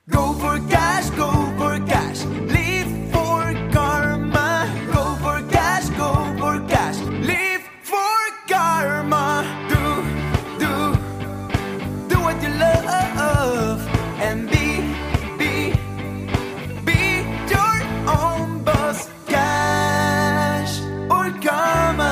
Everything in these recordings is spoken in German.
Go for cash, live for karma. Go for cash, live for karma. Do what you love and be your own boss. Cash or karma.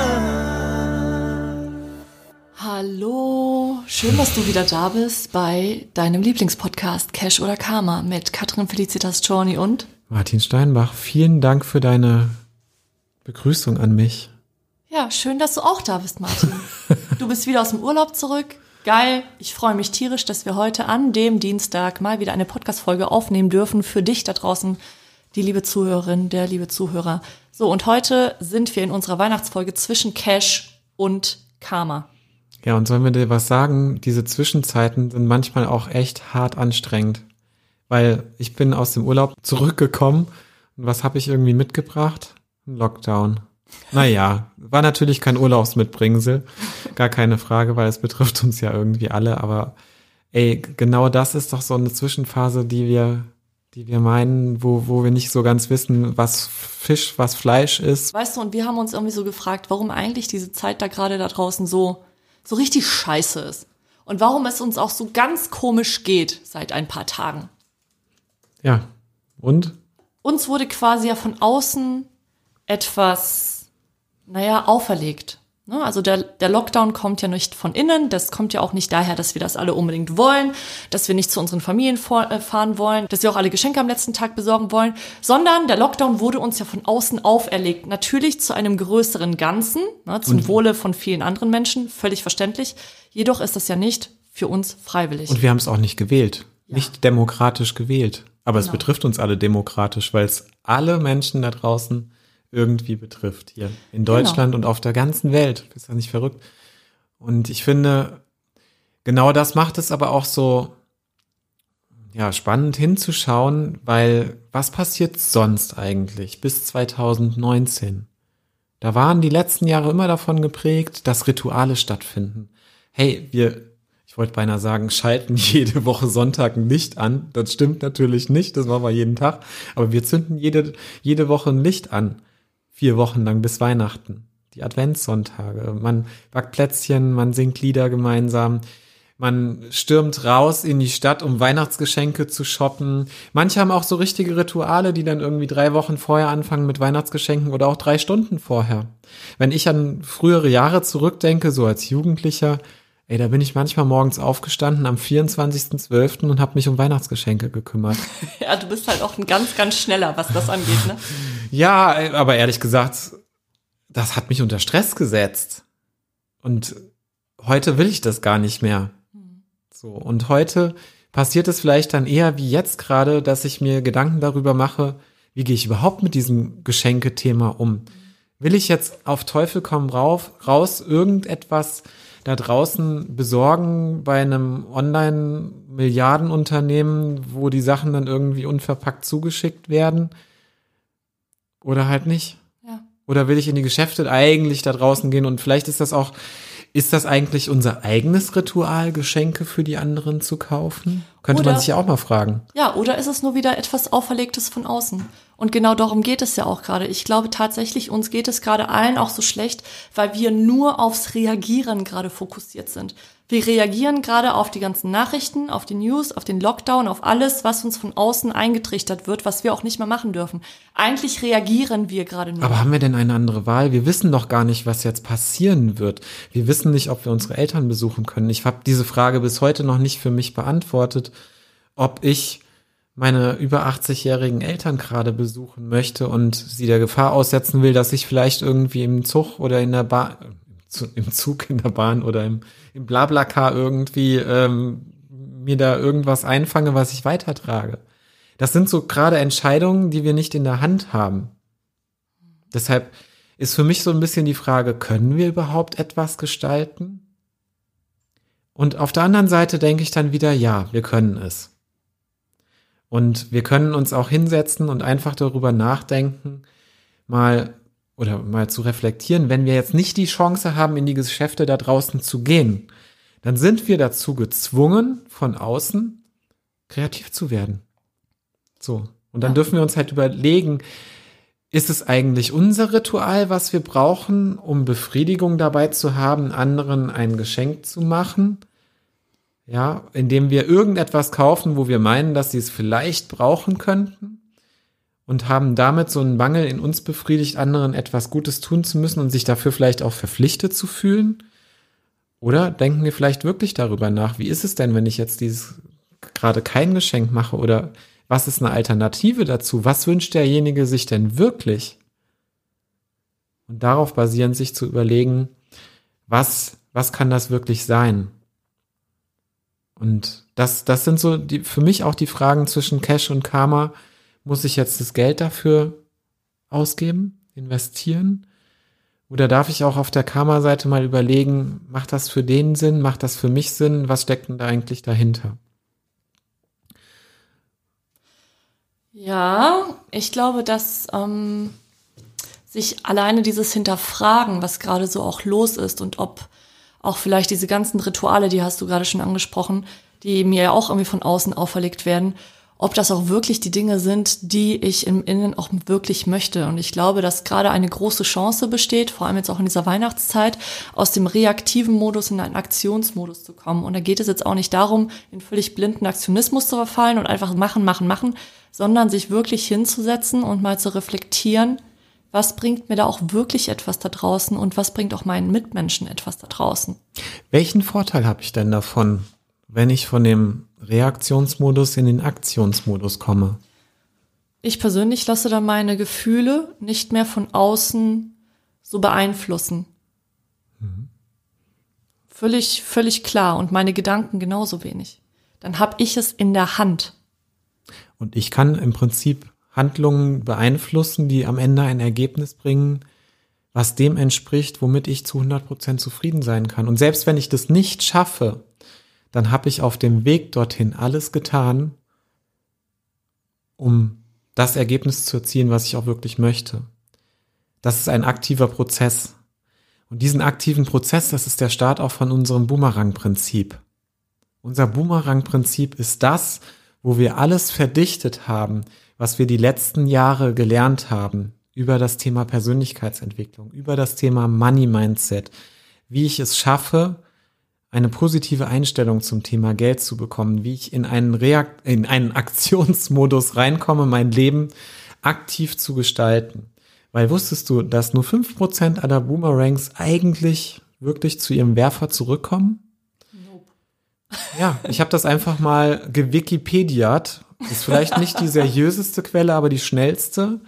Hallo, schön, dass du wieder da bist bei deinem Lieblingspodcast Cash oder Karma mit Katrin Felicitas Czorny und Martin Steinbach. Vielen Dank für deine Begrüßung an mich. Ja, schön, dass du auch da bist, Martin. Du bist wieder aus dem Urlaub zurück. Geil, ich freue mich tierisch, dass wir heute an dem Dienstag mal wieder eine Podcast-Folge aufnehmen dürfen für dich da draußen, die liebe Zuhörerin, der liebe Zuhörer. So, und heute sind wir in unserer Weihnachtsfolge zwischen Cash und Karma. Ja, und sollen wir dir was sagen? Diese Zwischenzeiten sind manchmal auch echt hart anstrengend, weil ich bin aus dem Urlaub zurückgekommen und was habe ich irgendwie mitgebracht? Ein Lockdown. Naja, war natürlich kein Urlaubsmitbringsel, gar keine Frage, weil es betrifft uns ja irgendwie alle, aber ey, genau das ist doch so eine Zwischenphase, die wir meinen, wo wir nicht so ganz wissen, was Fisch, was Fleisch ist. Weißt du, und wir haben uns irgendwie so gefragt, warum eigentlich diese Zeit da gerade da draußen so richtig scheiße ist. Und warum es uns auch so ganz komisch geht seit ein paar Tagen. Ja, und? Uns wurde quasi ja von außen etwas, auferlegt. Ne? Also der Lockdown kommt ja nicht von innen, das kommt ja auch nicht daher, dass wir das alle unbedingt wollen, dass wir nicht zu unseren Familien fahren wollen, dass wir auch alle Geschenke am letzten Tag besorgen wollen, sondern der Lockdown wurde uns ja von außen auferlegt. Natürlich zu einem größeren Ganzen, zum Wohle von vielen anderen Menschen, völlig verständlich. Jedoch ist das ja nicht für uns freiwillig. Und wir haben es auch nicht gewählt, nicht demokratisch gewählt. Aber Genau. Es betrifft uns alle demokratisch, weil es alle Menschen da draußen irgendwie betrifft, hier in Deutschland und auf der ganzen Welt. Ist ja nicht verrückt. Und ich finde, genau das macht es aber auch so, spannend hinzuschauen, weil was passiert sonst eigentlich bis 2019? Da waren die letzten Jahre immer davon geprägt, dass Rituale stattfinden. Hey, ich wollte beinahe sagen, schalten jede Woche Sonntag ein Licht an. Das stimmt natürlich nicht, das machen wir jeden Tag. Aber wir zünden jede Woche ein Licht an. 4 Wochen lang bis Weihnachten. Die Adventssonntage. Man backt Plätzchen, man singt Lieder gemeinsam. Man stürmt raus in die Stadt, um Weihnachtsgeschenke zu shoppen. Manche haben auch so richtige Rituale, die dann irgendwie 3 Wochen vorher anfangen mit Weihnachtsgeschenken oder auch 3 Stunden vorher. Wenn ich an frühere Jahre zurückdenke, so als Jugendlicher, da bin ich manchmal morgens aufgestanden am 24.12. und habe mich um Weihnachtsgeschenke gekümmert. Ja, du bist halt auch ein ganz, ganz schneller, was das angeht, ne? Ja, aber ehrlich gesagt, das hat mich unter Stress gesetzt. Und heute will ich das gar nicht mehr. So, und heute passiert es vielleicht dann eher wie jetzt gerade, dass ich mir Gedanken darüber mache, wie gehe ich überhaupt mit diesem Geschenkethema um? Will ich jetzt auf Teufel komm raus irgendetwas da draußen besorgen bei einem Online-Milliardenunternehmen, wo die Sachen dann irgendwie unverpackt zugeschickt werden? Oder halt nicht? Ja. Oder will ich in die Geschäfte eigentlich da draußen gehen und vielleicht ist das eigentlich unser eigenes Ritual, Geschenke für die anderen zu kaufen? Könnte man sich ja auch mal fragen. Ja, oder ist es nur wieder etwas Auferlegtes von außen? Und genau darum geht es ja auch gerade. Ich glaube tatsächlich, uns geht es gerade allen auch so schlecht, weil wir nur aufs Reagieren gerade fokussiert sind. Wir reagieren gerade auf die ganzen Nachrichten, auf die News, auf den Lockdown, auf alles, was uns von außen eingetrichtert wird, was wir auch nicht mehr machen dürfen. Eigentlich reagieren wir gerade nur. Aber haben wir denn eine andere Wahl? Wir wissen doch gar nicht, was jetzt passieren wird. Wir wissen nicht, ob wir unsere Eltern besuchen können. Ich habe diese Frage bis heute noch nicht für mich beantwortet, ob ich meine über 80-jährigen Eltern gerade besuchen möchte und sie der Gefahr aussetzen will, dass ich vielleicht irgendwie im Zug oder in der Bahn, im Zug, in der Bahn oder im Blablacar irgendwie mir da irgendwas einfange, was ich weitertrage. Das sind so gerade Entscheidungen, die wir nicht in der Hand haben. Deshalb ist für mich so ein bisschen die Frage, können wir überhaupt etwas gestalten? Und auf der anderen Seite denke ich dann wieder, ja, wir können es. Und wir können uns auch hinsetzen und einfach darüber nachdenken, mal zu reflektieren, wenn wir jetzt nicht die Chance haben, in die Geschäfte da draußen zu gehen, dann sind wir dazu gezwungen, von außen kreativ zu werden. So. Und dann dürfen wir uns halt überlegen, ist es eigentlich unser Ritual, was wir brauchen, um Befriedigung dabei zu haben, anderen ein Geschenk zu machen? Ja, indem wir irgendetwas kaufen, wo wir meinen, dass sie es vielleicht brauchen könnten und haben damit so einen Mangel in uns befriedigt, anderen etwas Gutes tun zu müssen und sich dafür vielleicht auch verpflichtet zu fühlen? Oder denken wir vielleicht wirklich darüber nach, wie ist es denn, wenn ich jetzt dieses gerade kein Geschenk mache, oder was ist eine Alternative dazu? Was wünscht derjenige sich denn wirklich? Und darauf basierend sich zu überlegen, was kann das wirklich sein? Und das sind so für mich auch die Fragen zwischen Cash und Karma. Muss ich jetzt das Geld dafür ausgeben, investieren? Oder darf ich auch auf der Karma-Seite mal überlegen, macht das für den Sinn, macht das für mich Sinn? Was steckt denn da eigentlich dahinter? Ja, ich glaube, dass sich alleine dieses Hinterfragen, was gerade so auch los ist und ob auch vielleicht diese ganzen Rituale, die hast du gerade schon angesprochen, die mir ja auch irgendwie von außen auferlegt werden, ob das auch wirklich die Dinge sind, die ich im Innen auch wirklich möchte. Und ich glaube, dass gerade eine große Chance besteht, vor allem jetzt auch in dieser Weihnachtszeit, aus dem reaktiven Modus in einen Aktionsmodus zu kommen. Und da geht es jetzt auch nicht darum, in völlig blinden Aktionismus zu verfallen und einfach machen, sondern sich wirklich hinzusetzen und mal zu reflektieren, was bringt mir da auch wirklich etwas da draußen und was bringt auch meinen Mitmenschen etwas da draußen. Welchen Vorteil habe ich denn davon, wenn ich von dem Reaktionsmodus in den Aktionsmodus komme? Ich persönlich lasse da meine Gefühle nicht mehr von außen so beeinflussen. Völlig klar, und meine Gedanken genauso wenig. Dann habe ich es in der Hand. Und ich kann im Prinzip Handlungen beeinflussen, die am Ende ein Ergebnis bringen, was dem entspricht, womit ich zu 100% zufrieden sein kann. Und selbst wenn ich das nicht schaffe, dann habe ich auf dem Weg dorthin alles getan, um das Ergebnis zu erzielen, was ich auch wirklich möchte. Das ist ein aktiver Prozess. Und diesen aktiven Prozess, das ist der Start auch von unserem Boomerang-Prinzip. Unser Boomerang-Prinzip ist das, wo wir alles verdichtet haben, was wir die letzten Jahre gelernt haben über das Thema Persönlichkeitsentwicklung, über das Thema Money Mindset, wie ich es schaffe, eine positive Einstellung zum Thema Geld zu bekommen, wie ich in einen Aktionsmodus reinkomme, mein Leben aktiv zu gestalten. Weil wusstest du, dass nur 5% aller Boomerangs eigentlich wirklich zu ihrem Werfer zurückkommen? Nope. Ja, ich habe das einfach mal gewikipediat. Ist vielleicht nicht die seriöseste Quelle, aber die schnellste,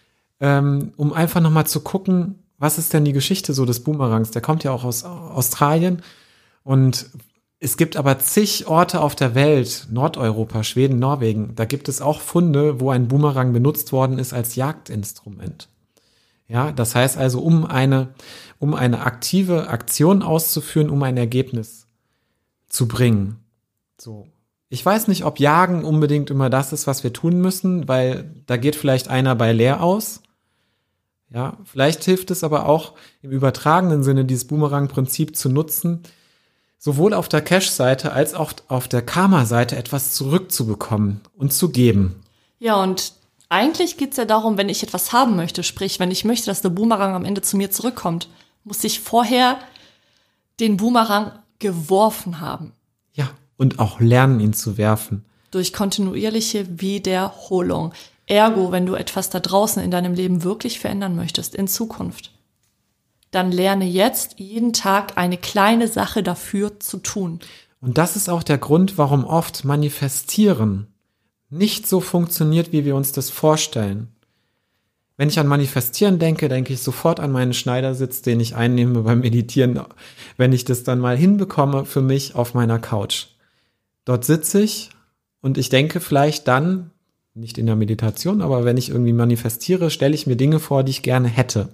um einfach nochmal zu gucken, was ist denn die Geschichte so des Boomerangs? Der kommt ja auch aus Australien. Und es gibt aber zig Orte auf der Welt, Nordeuropa, Schweden, Norwegen, da gibt es auch Funde, wo ein Boomerang benutzt worden ist als Jagdinstrument. Ja, das heißt also, um eine aktive Aktion auszuführen, um ein Ergebnis zu bringen. So. Ich weiß nicht, ob Jagen unbedingt immer das ist, was wir tun müssen, weil da geht vielleicht einer bei leer aus. Ja, vielleicht hilft es aber auch im übertragenen Sinne, dieses Boomerang-Prinzip zu nutzen, sowohl auf der Cash-Seite als auch auf der Karma-Seite etwas zurückzubekommen und zu geben. Ja, und eigentlich geht's ja darum, wenn ich etwas haben möchte, sprich, wenn ich möchte, dass der Boomerang am Ende zu mir zurückkommt, muss ich vorher den Boomerang geworfen haben. Ja, und auch lernen, ihn zu werfen. Durch kontinuierliche Wiederholung. Ergo, wenn du etwas da draußen in deinem Leben wirklich verändern möchtest, in Zukunft, dann lerne jetzt jeden Tag eine kleine Sache dafür zu tun. Und das ist auch der Grund, warum oft Manifestieren nicht so funktioniert, wie wir uns das vorstellen. Wenn ich an Manifestieren denke, denke ich sofort an meinen Schneidersitz, den ich einnehme beim Meditieren, wenn ich das dann mal hinbekomme für mich auf meiner Couch. Dort sitze ich und ich denke vielleicht dann, nicht in der Meditation, aber wenn ich irgendwie manifestiere, stelle ich mir Dinge vor, die ich gerne hätte.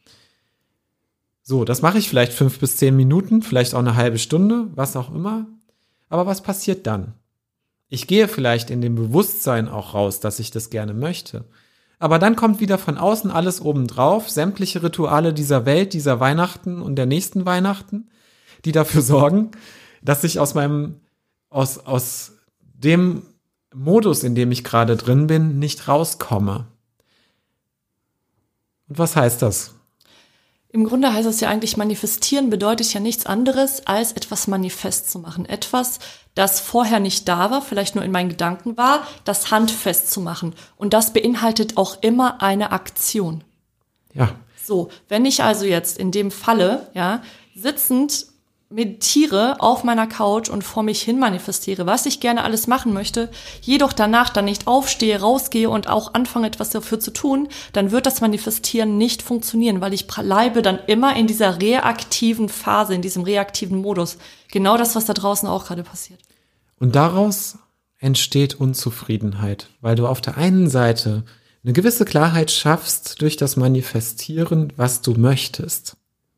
So, das mache ich vielleicht 5 bis 10 Minuten, vielleicht auch eine halbe Stunde, was auch immer. Aber was passiert dann? Ich gehe vielleicht in dem Bewusstsein auch raus, dass ich das gerne möchte. Aber dann kommt wieder von außen alles obendrauf, sämtliche Rituale dieser Welt, dieser Weihnachten und der nächsten Weihnachten, die dafür sorgen, dass ich aus dem Modus, in dem ich gerade drin bin, nicht rauskomme. Und was heißt das? Im Grunde heißt es ja eigentlich, manifestieren bedeutet ja nichts anderes, als etwas manifest zu machen. Etwas, das vorher nicht da war, vielleicht nur in meinen Gedanken war, das handfest zu machen. Und das beinhaltet auch immer eine Aktion. Ja. So, wenn ich also jetzt in dem Falle, ja, sitzend meditiere auf meiner Couch und vor mich hin manifestiere, was ich gerne alles machen möchte, jedoch danach dann nicht aufstehe, rausgehe und auch anfange, etwas dafür zu tun, dann wird das Manifestieren nicht funktionieren, weil ich bleibe dann immer in dieser reaktiven Phase, in diesem reaktiven Modus. Genau das, was da draußen auch gerade passiert. Und daraus entsteht Unzufriedenheit, weil du auf der einen Seite eine gewisse Klarheit schaffst durch das Manifestieren, was du möchtest.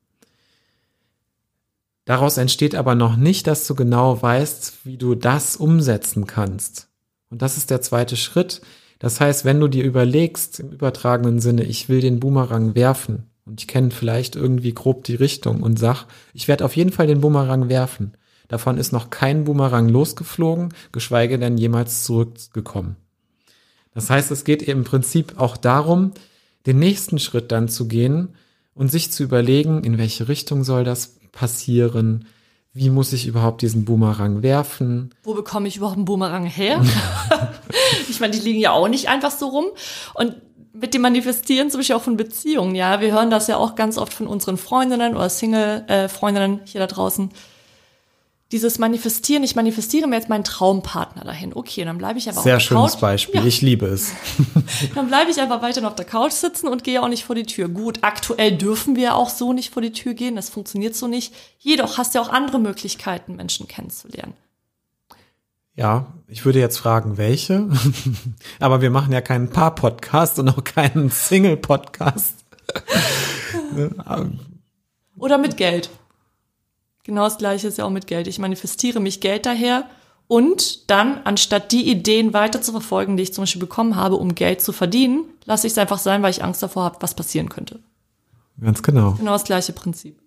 Daraus entsteht aber noch nicht, dass du genau weißt, wie du das umsetzen kannst. Und das ist der zweite Schritt. Das heißt, wenn du dir überlegst, im übertragenen Sinne, ich will den Boomerang werfen und ich kenne vielleicht irgendwie grob die Richtung und sag, ich werde auf jeden Fall den Boomerang werfen. Davon ist noch kein Boomerang losgeflogen, geschweige denn jemals zurückgekommen. Das heißt, es geht im Prinzip auch darum, den nächsten Schritt dann zu gehen und sich zu überlegen, in welche Richtung soll das passieren, wie muss ich überhaupt diesen Boomerang werfen. Wo bekomme ich überhaupt einen Boomerang her? Ich meine, die liegen ja auch nicht einfach so rum. Und mit dem Manifestieren, zum Beispiel auch von Beziehungen, ja, wir hören das ja auch ganz oft von unseren Freundinnen oder Single-Freundinnen hier da draußen. Dieses Manifestieren, ich manifestiere mir jetzt meinen Traumpartner dahin. Okay, dann bleibe ich einfach Sehr auf der Couch. schönes Beispiel, Ja. Ich liebe es. Dann bleibe ich einfach weiterhin auf der Couch sitzen und gehe auch nicht vor die Tür. Gut, aktuell dürfen wir auch so nicht vor die Tür gehen, das funktioniert so nicht. Jedoch hast du ja auch andere Möglichkeiten, Menschen kennenzulernen. Ja, ich würde jetzt fragen, welche? Aber wir machen ja keinen Paar-Podcast und auch keinen Single-Podcast. Oder mit Geld. Genau das Gleiche ist ja auch mit Geld. Ich manifestiere mich Geld daher und dann, anstatt die Ideen weiter zu verfolgen, die ich zum Beispiel bekommen habe, um Geld zu verdienen, lasse ich es einfach sein, weil ich Angst davor habe, was passieren könnte. Ganz genau. Genau das gleiche Prinzip.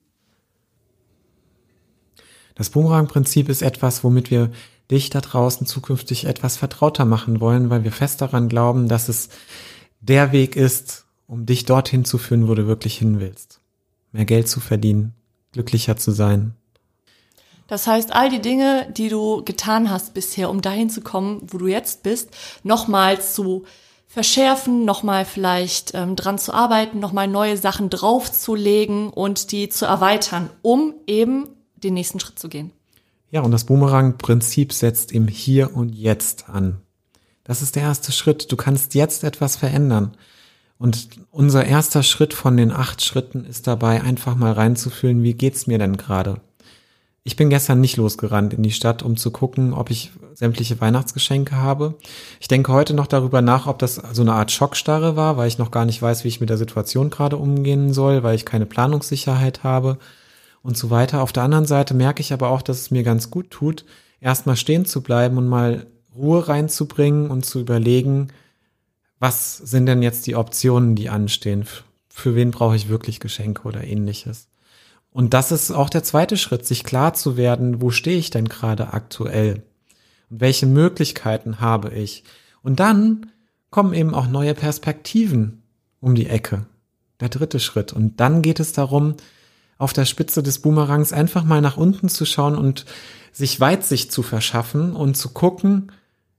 Das Boomerang-Prinzip ist etwas, womit wir dich da draußen zukünftig etwas vertrauter machen wollen, weil wir fest daran glauben, dass es der Weg ist, um dich dorthin zu führen, wo du wirklich hin willst. Mehr Geld zu verdienen, glücklicher zu sein. Das heißt, all die Dinge, die du getan hast bisher, um dahin zu kommen, wo du jetzt bist, nochmal zu verschärfen, nochmal vielleicht dran zu arbeiten, nochmal neue Sachen draufzulegen und die zu erweitern, um eben den nächsten Schritt zu gehen. Ja, und das Boomerang-Prinzip setzt im Hier und Jetzt an. Das ist der erste Schritt. Du kannst jetzt etwas verändern. Und unser erster Schritt von den 8 Schritten ist dabei, einfach mal reinzufühlen, wie geht's mir denn gerade? Ich bin gestern nicht losgerannt in die Stadt, um zu gucken, ob ich sämtliche Weihnachtsgeschenke habe. Ich denke heute noch darüber nach, ob das so eine Art Schockstarre war, weil ich noch gar nicht weiß, wie ich mit der Situation gerade umgehen soll, weil ich keine Planungssicherheit habe und so weiter. Auf der anderen Seite merke ich aber auch, dass es mir ganz gut tut, erstmal stehen zu bleiben und mal Ruhe reinzubringen und zu überlegen, was sind denn jetzt die Optionen, die anstehen? Für wen brauche ich wirklich Geschenke oder ähnliches? Und das ist auch der zweite Schritt, sich klar zu werden, wo stehe ich denn gerade aktuell? Und welche Möglichkeiten habe ich? Und dann kommen eben auch neue Perspektiven um die Ecke. Der dritte Schritt. Und dann geht es darum, auf der Spitze des Boomerangs einfach mal nach unten zu schauen und sich Weitsicht zu verschaffen und zu gucken,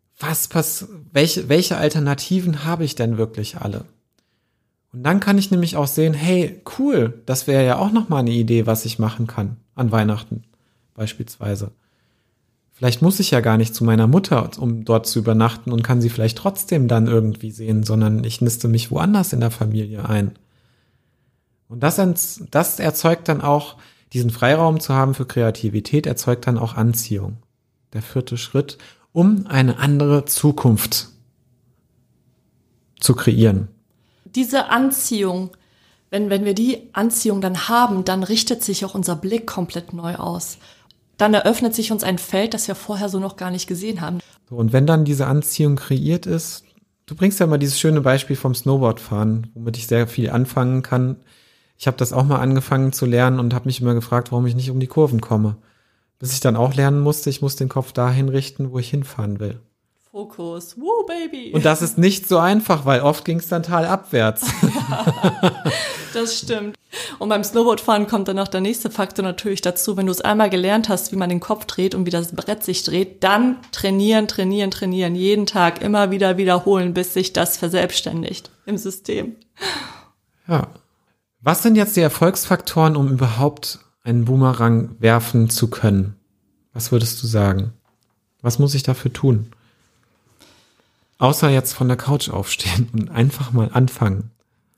welche Alternativen habe ich denn wirklich alle? Und dann kann ich nämlich auch sehen, hey, cool, das wäre ja auch nochmal eine Idee, was ich machen kann an Weihnachten beispielsweise. Vielleicht muss ich ja gar nicht zu meiner Mutter, um dort zu übernachten und kann sie vielleicht trotzdem dann irgendwie sehen, sondern ich niste mich woanders in der Familie ein. Und das erzeugt dann auch, diesen Freiraum zu haben für Kreativität, erzeugt dann auch Anziehung. Der 4. Schritt, um eine andere Zukunft zu kreieren. Diese Anziehung, wenn wir die Anziehung dann haben, dann richtet sich auch unser Blick komplett neu aus. Dann eröffnet sich uns ein Feld, das wir vorher so noch gar nicht gesehen haben. So, und wenn dann diese Anziehung kreiert ist, du bringst ja mal dieses schöne Beispiel vom Snowboardfahren, womit ich sehr viel anfangen kann. Ich habe das auch mal angefangen zu lernen und habe mich immer gefragt, warum ich nicht um die Kurven komme. Bis ich dann auch lernen musste, ich muss den Kopf dahin richten, wo ich hinfahren will. Fokus. Woo, Baby. Und das ist nicht so einfach, weil oft ging es dann talabwärts. Das stimmt. Und beim Snowboardfahren kommt dann noch der nächste Faktor natürlich dazu. Wenn du es einmal gelernt hast, wie man den Kopf dreht und wie das Brett sich dreht, dann trainieren. Jeden Tag immer wieder wiederholen, bis sich das verselbstständigt im System. Ja. Was sind jetzt die Erfolgsfaktoren, um überhaupt einen Boomerang werfen zu können? Was würdest du sagen? Was muss ich dafür tun? Außer jetzt von der Couch aufstehen und einfach mal anfangen.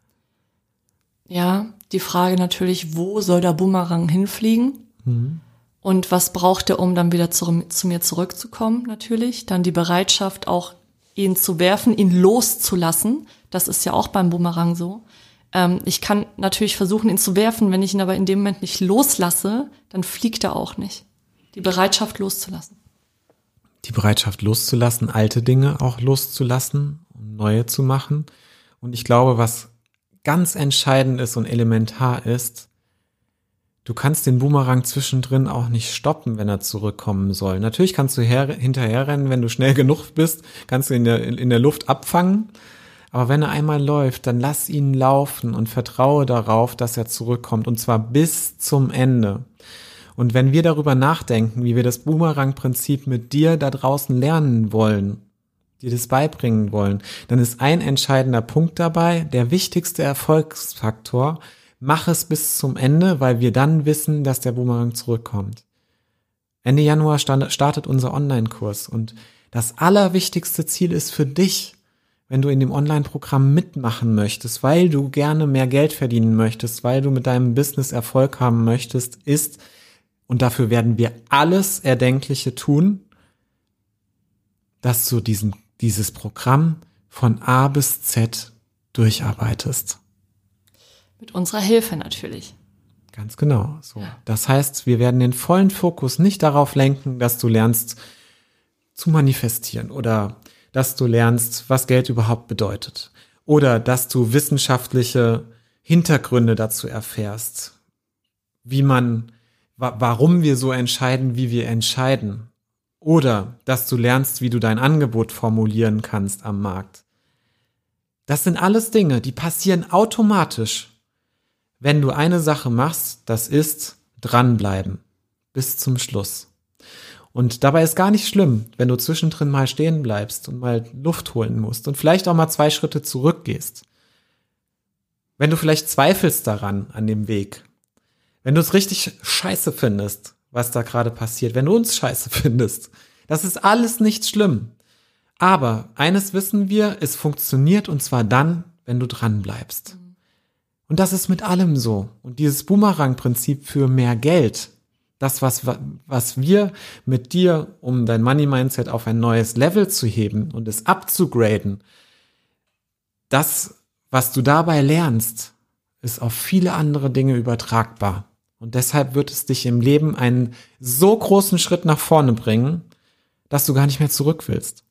Ja, die Frage natürlich, wo soll der Boomerang hinfliegen? Und was braucht er, um dann wieder zu mir zurückzukommen natürlich? Dann die Bereitschaft, auch ihn zu werfen, ihn loszulassen. Das ist ja auch beim Boomerang so. Ich kann natürlich versuchen, ihn zu werfen, wenn ich ihn aber in dem Moment nicht loslasse, dann fliegt er auch nicht. Die Bereitschaft loszulassen. Die Bereitschaft loszulassen, alte Dinge auch loszulassen, um neue zu machen. Und ich glaube, was ganz entscheidend ist und elementar ist, du kannst den Boomerang zwischendrin auch nicht stoppen, wenn er zurückkommen soll. Natürlich kannst du hinterherrennen, wenn du schnell genug bist, kannst du in der Luft abfangen. Aber wenn er einmal läuft, dann lass ihn laufen und vertraue darauf, dass er zurückkommt. Und zwar bis zum Ende. Und wenn wir darüber nachdenken, wie wir das Boomerang-Prinzip mit dir da draußen lernen wollen, dir das beibringen wollen, dann ist ein entscheidender Punkt dabei, der wichtigste Erfolgsfaktor: mach es bis zum Ende, weil wir dann wissen, dass der Boomerang zurückkommt. Ende Januar startet unser Online-Kurs und das allerwichtigste Ziel ist für dich, wenn du in dem Online-Programm mitmachen möchtest, weil du gerne mehr Geld verdienen möchtest, weil du mit deinem Business Erfolg haben möchtest, ist, und dafür werden wir alles Erdenkliche tun, dass du dieses Programm von A bis Z durcharbeitest. Mit unserer Hilfe natürlich. Ganz genau. So. Das heißt, wir werden den vollen Fokus nicht darauf lenken, dass du lernst zu manifestieren oder dass du lernst, was Geld überhaupt bedeutet oder dass du wissenschaftliche Hintergründe dazu erfährst, warum wir so entscheiden, wie wir entscheiden. Oder dass du lernst, wie du dein Angebot formulieren kannst am Markt. Das sind alles Dinge, die passieren automatisch, wenn du eine Sache machst, das ist dranbleiben bis zum Schluss. Und dabei ist gar nicht schlimm, wenn du zwischendrin mal stehen bleibst und mal Luft holen musst und vielleicht auch mal 2 Schritte zurückgehst. Wenn du vielleicht zweifelst daran, an dem Weg. Wenn du es richtig scheiße findest, was da gerade passiert, wenn du uns scheiße findest, das ist alles nicht schlimm. Aber eines wissen wir, es funktioniert und zwar dann, wenn du dran bleibst. Und das ist mit allem so. Und dieses Boomerang-Prinzip für mehr Geld, das, was wir mit dir, um dein Money-Mindset auf ein neues Level zu heben und es abzugraden, das, was du dabei lernst, ist auf viele andere Dinge übertragbar. Und deshalb wird es dich im Leben einen so großen Schritt nach vorne bringen, dass du gar nicht mehr zurück willst.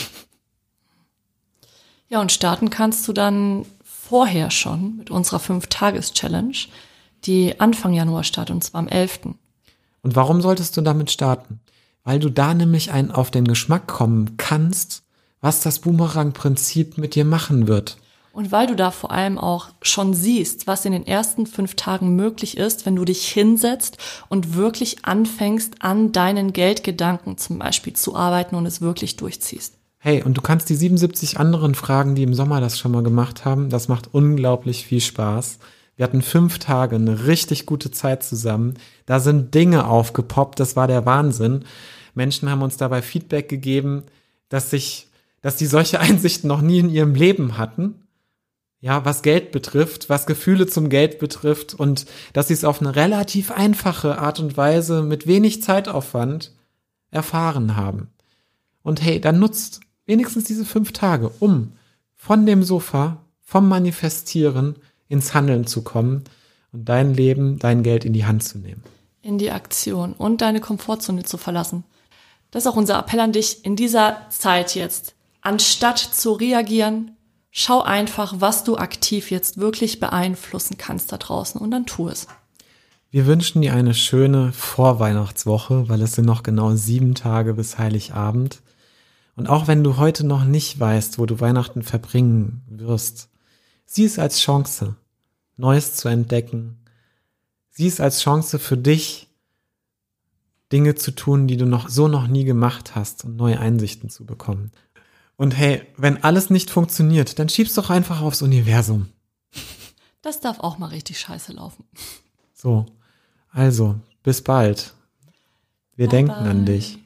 Ja, und starten kannst du dann vorher schon mit unserer 5-Tages-Challenge, die Anfang Januar startet, und zwar am 11. Und warum solltest du damit starten? Weil du da nämlich auf den Geschmack kommen kannst, was das Boomerang-Prinzip mit dir machen wird. Und weil du da vor allem auch schon siehst, was in den ersten 5 Tagen möglich ist, wenn du dich hinsetzt und wirklich anfängst, an deinen Geldgedanken zum Beispiel zu arbeiten und es wirklich durchziehst. Hey, und du kannst die 77 anderen fragen, die im Sommer das schon mal gemacht haben. Das macht unglaublich viel Spaß. Wir hatten 5 Tage, eine richtig gute Zeit zusammen. Da sind Dinge aufgepoppt, das war der Wahnsinn. Menschen haben uns dabei Feedback gegeben, dass die solche Einsichten noch nie in ihrem Leben hatten. Ja, was Geld betrifft, was Gefühle zum Geld betrifft und dass sie es auf eine relativ einfache Art und Weise mit wenig Zeitaufwand erfahren haben. Und hey, dann nutzt wenigstens diese 5 Tage, um von dem Sofa, vom Manifestieren ins Handeln zu kommen und dein Leben, dein Geld in die Hand zu nehmen. In die Aktion und deine Komfortzone zu verlassen. Das ist auch unser Appell an dich in dieser Zeit jetzt. Anstatt zu reagieren, schau einfach, was du aktiv jetzt wirklich beeinflussen kannst da draußen und dann tu es. Wir wünschen dir eine schöne Vorweihnachtswoche, weil es sind noch genau 7 Tage bis Heiligabend. Und auch wenn du heute noch nicht weißt, wo du Weihnachten verbringen wirst, sieh es als Chance, Neues zu entdecken. Sieh es als Chance für dich, Dinge zu tun, die du noch nie gemacht hast und neue Einsichten zu bekommen. Und hey, wenn alles nicht funktioniert, dann schieb's doch einfach aufs Universum. Das darf auch mal richtig scheiße laufen. So, also, bis bald. Wir denken an dich.